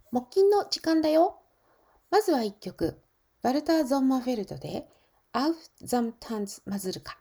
木琴の時間だよ。まずは一曲、バルター・ゾンマーフェルドで Auf zum Tanz Mazurka。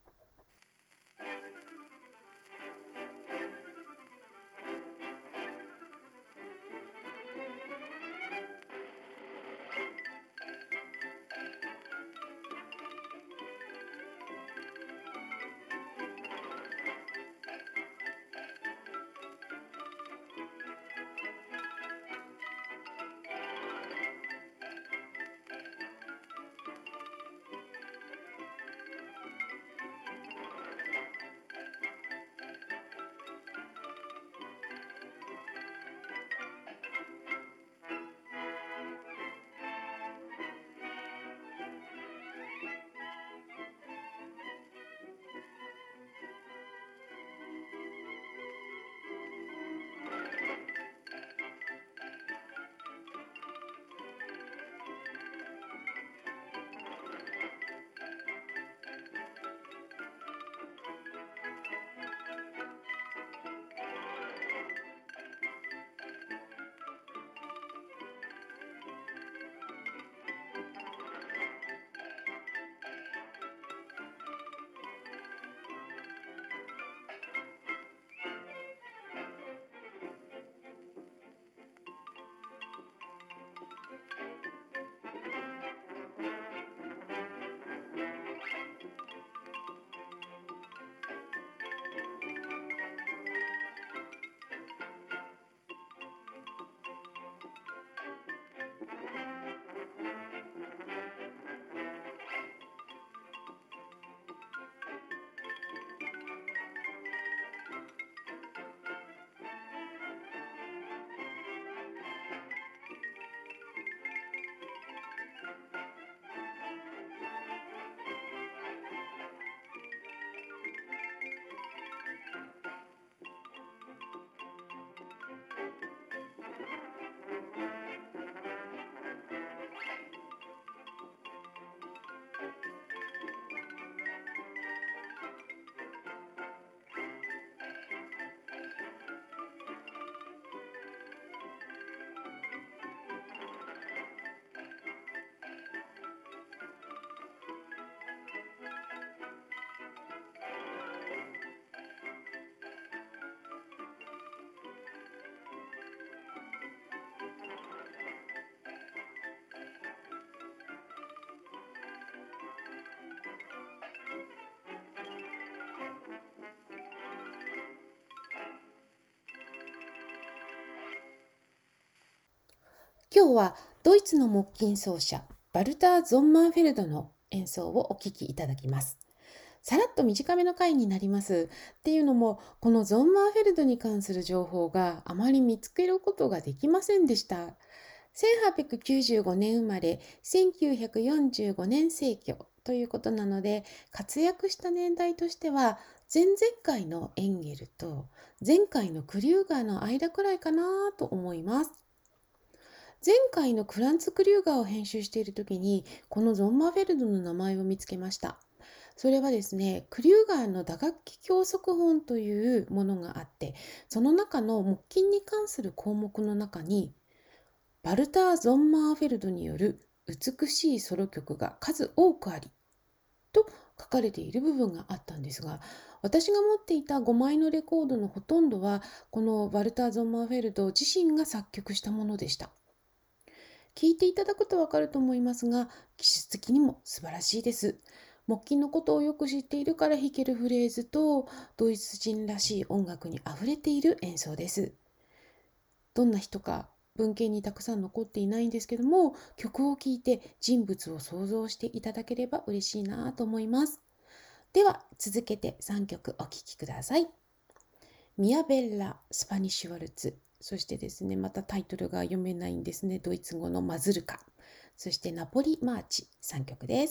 今日はドイツの木琴奏者バルター・ゾンマーフェルドの演奏をお聴きいただきます。さらっと短めの回になります。っていうのも、このゾンマーフェルドに関する情報があまり見つけることができませんでした。1895年生まれ、1945年生去ということなので、活躍した年代としては、前々回のエンゲルと前回のクリューガーの間くらいかなと思います。前回のクランツ・クリューガーを編集している時に、このゾンマーフェルドの名前を見つけました。それはですね、クリューガーの打楽器教則本というものがあって、その中の木琴に関する項目の中に、バルター・ゾンマーフェルドによる美しいソロ曲が数多くあり、と書かれている部分があったんですが、私が持っていた5枚のレコードのほとんどは、このバルター・ゾンマーフェルド自身が作曲したものでした。聞いていただくとわかると思いますが、技術的にも素晴らしいです。木琴のことをよく知っているから弾けるフレーズと、ドイツ人らしい音楽にあふれている演奏です。どんな人か文献にたくさん残っていないんですけども、曲を聴いて人物を想像していただければ嬉しいなと思います。では続けて3曲お聴きください。ミアベッラ・スパニッシュワルツ。そしてですね、またタイトルが読めないんですね。ドイツ語のマズルカ。そしてナポリ・マーチ。3曲です。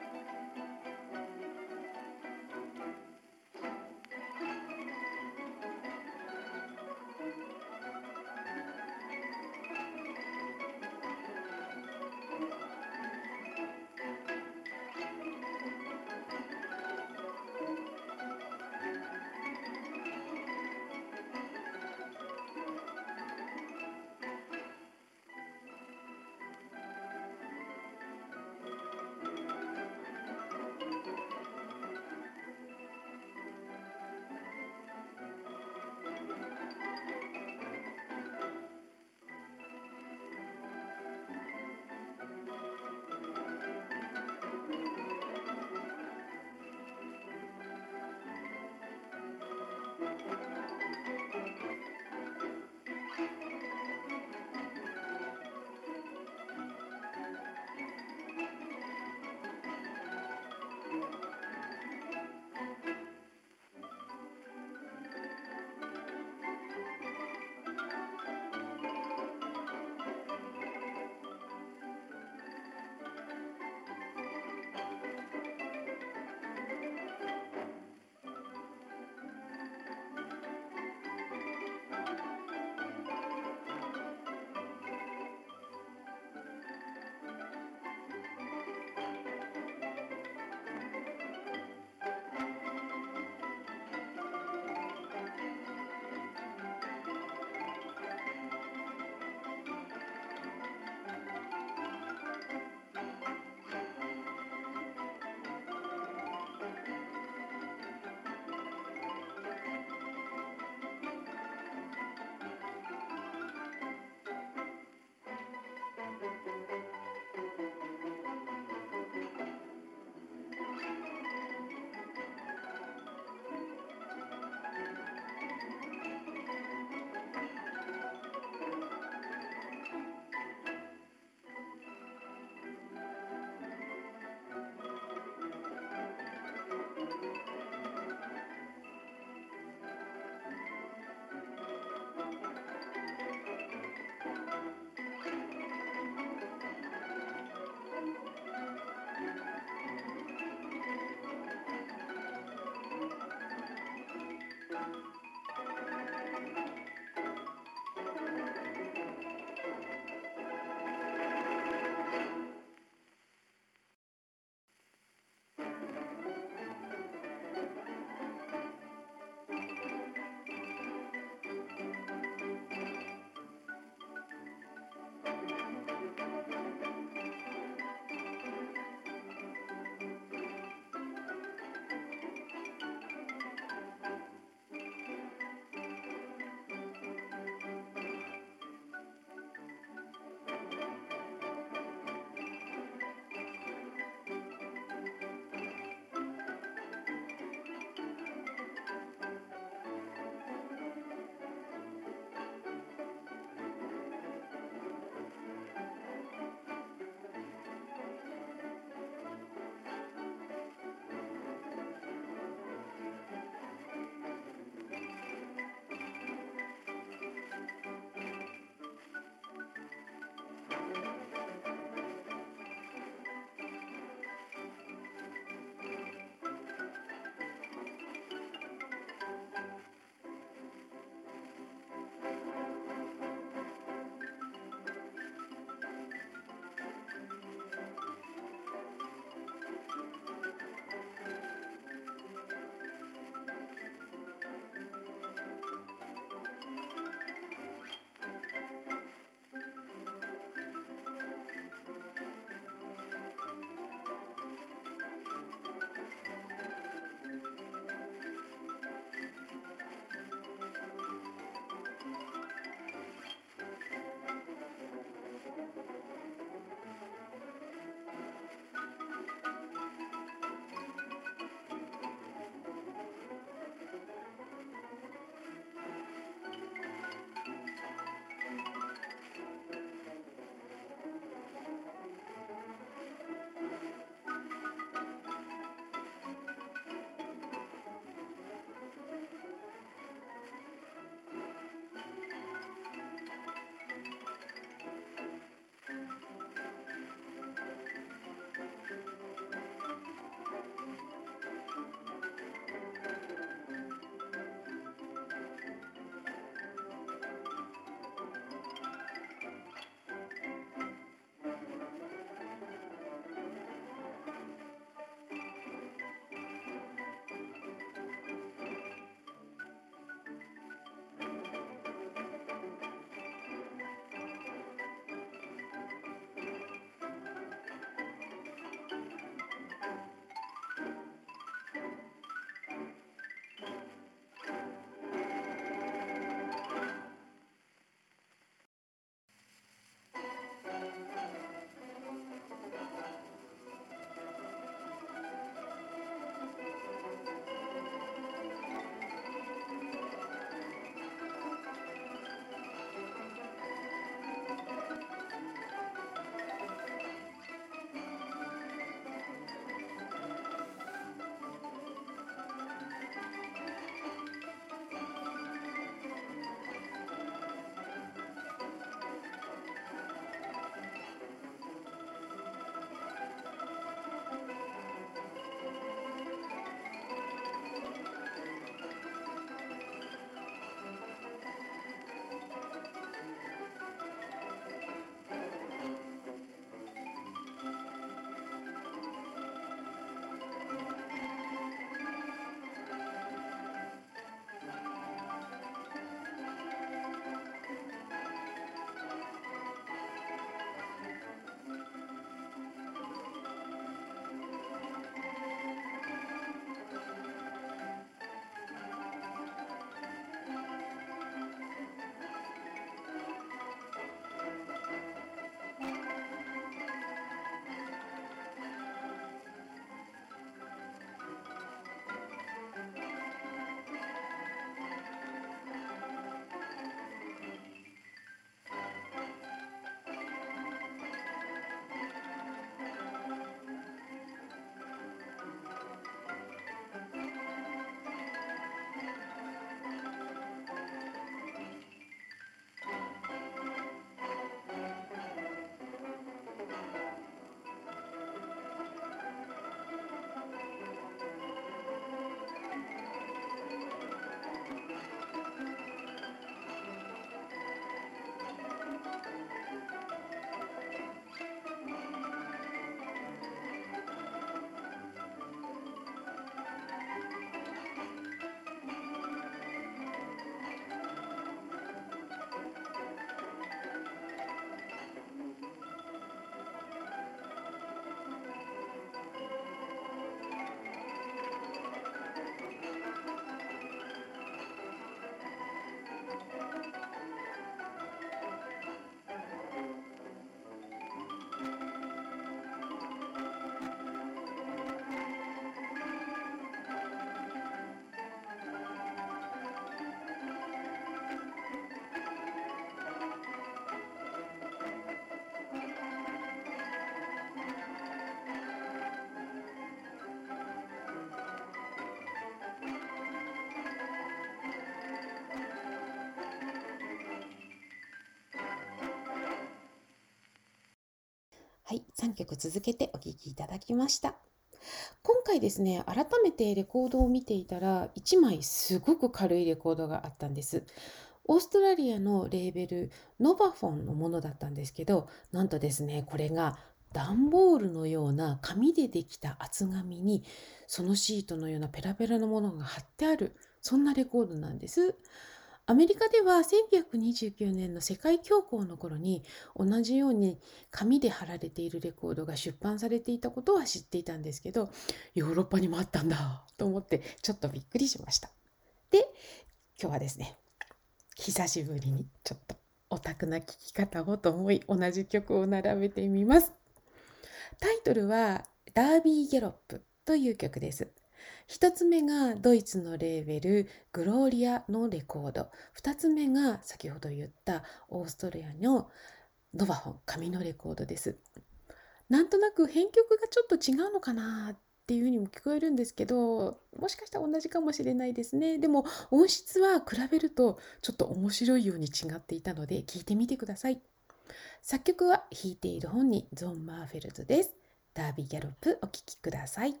3曲続けてお聴きいただきました。今回ですね、改めてレコードを見ていたら、1枚すごく軽いレコードがあったんです。オーストラリアのレーベル、ノバフォンのものだったんですけど、なんとですね、これが段ボールのような紙でできた厚紙に、そのシートのようなペラペラのものが貼ってある、そんなレコードなんです。アメリカでは1929年の世界恐慌の頃に同じように紙で貼られているレコードが出版されていたことは知っていたんですけど、ヨーロッパにもあったんだと思ってちょっとびっくりしました。で、今日はですね、久しぶりにちょっとオタクな聴き方をと思い同じ曲を並べてみます。タイトルはダービー・ギャロップという曲です。一つ目がドイツのレーベルグローリアのレコード。二つ目が先ほど言ったオーストラリアのノバフォン紙のレコードです。なんとなく編曲がちょっと違うのかなっていうふうにも聞こえるんですけど、もしかしたら同じかもしれないですね。でも音質は比べるとちょっと面白いように違っていたので聞いてみてください。作曲は弾いている本人ゾン・マーフェルトです。ダービー・ギャロップお聴きください。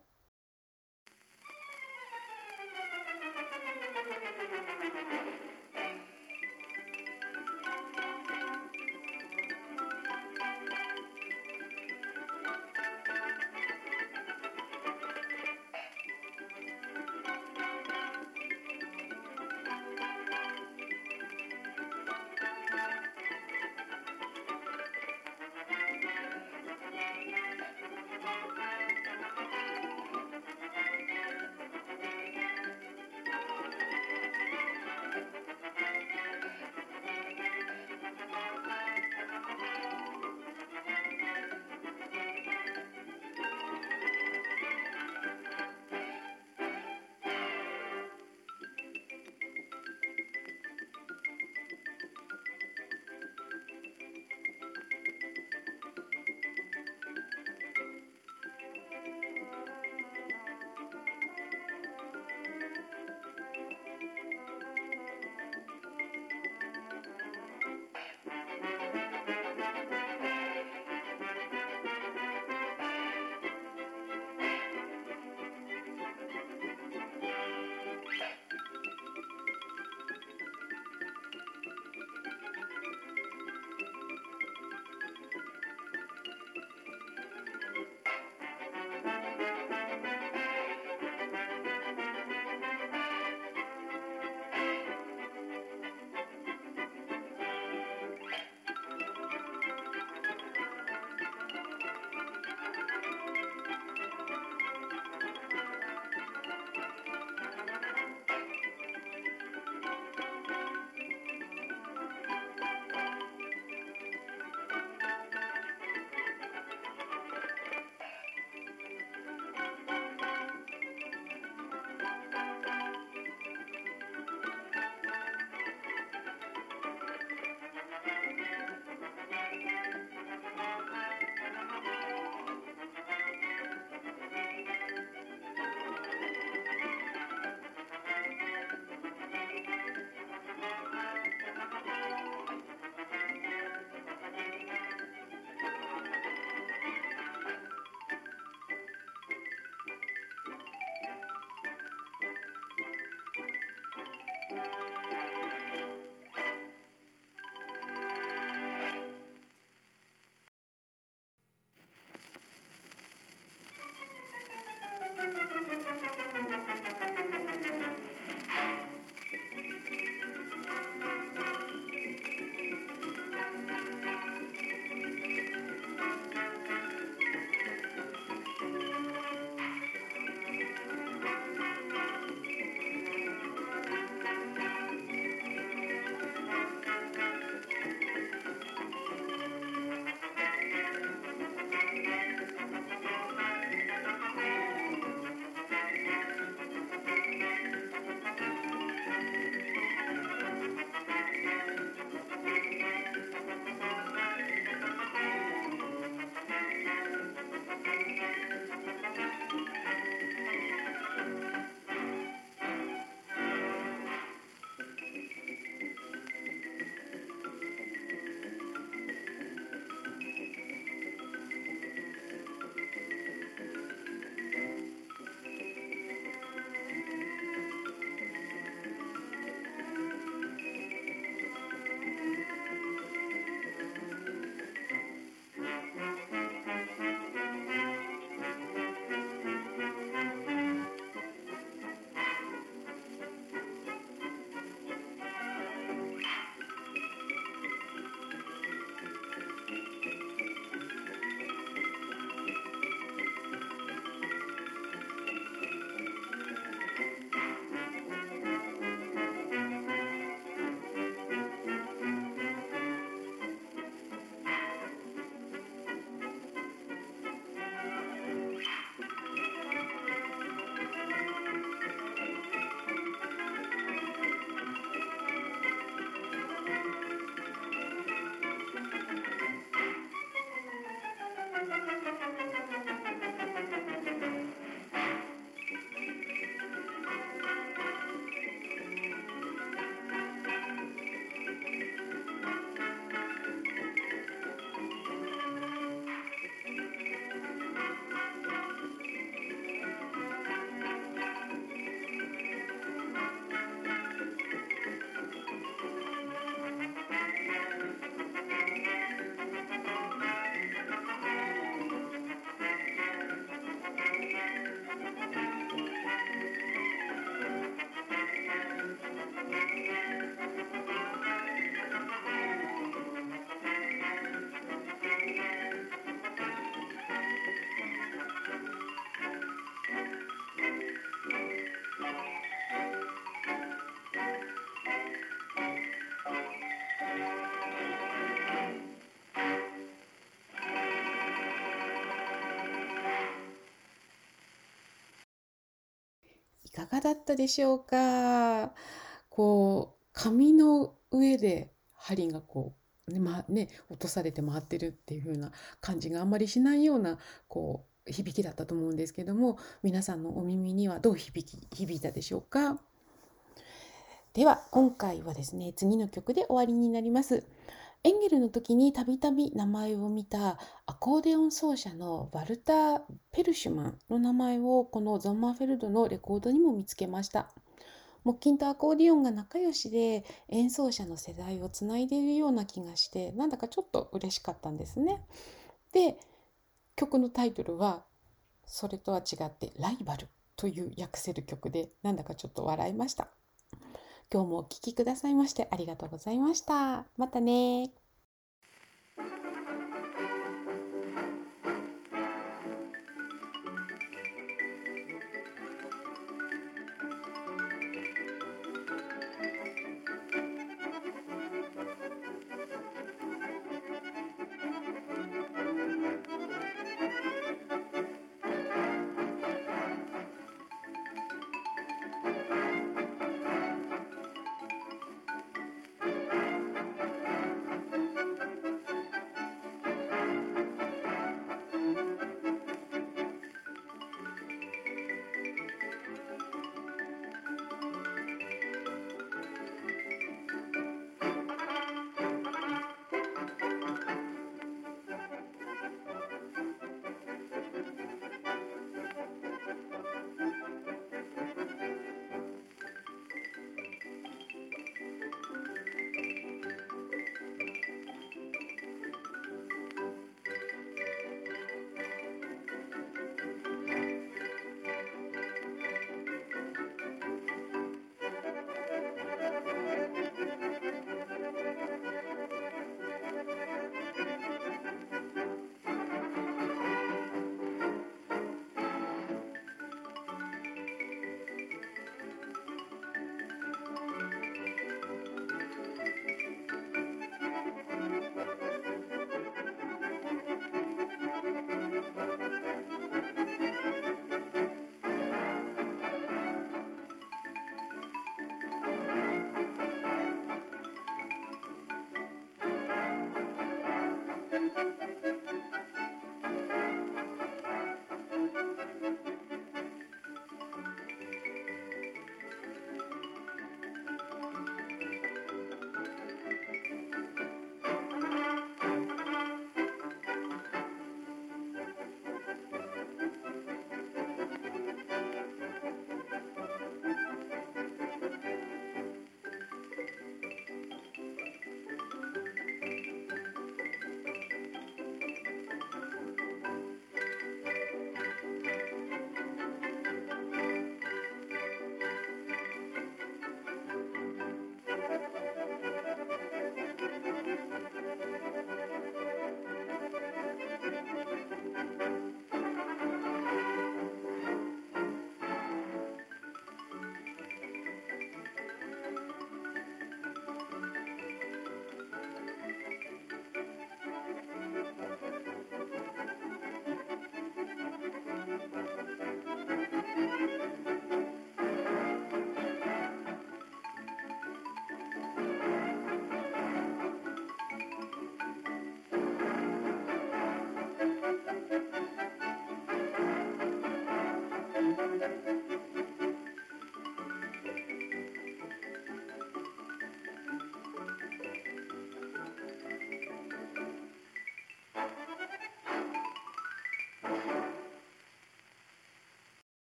かがだったでしょうか。紙の上で針が落とされて回ってるっていう風な感じがあんまりしないような響きだったと思うんですけども、皆さんのお耳にはどう響いたでしょうか。では今回はですね、次の曲で終わりになります。エンゲルの時にたびたび名前を見たアコーデオン奏者のワルター・ペルシュマンの名前をこのゾンマーフェルドのレコードにも見つけました。木琴とアコーディオンが仲良しで演奏者の世代をつないでいるような気がして、なんだかちょっと嬉しかったんですね。で、曲のタイトルはそれとは違ってライバルという訳せる曲で、なんだかちょっと笑いました。今日もお聴きくださいましてありがとうございました。またね。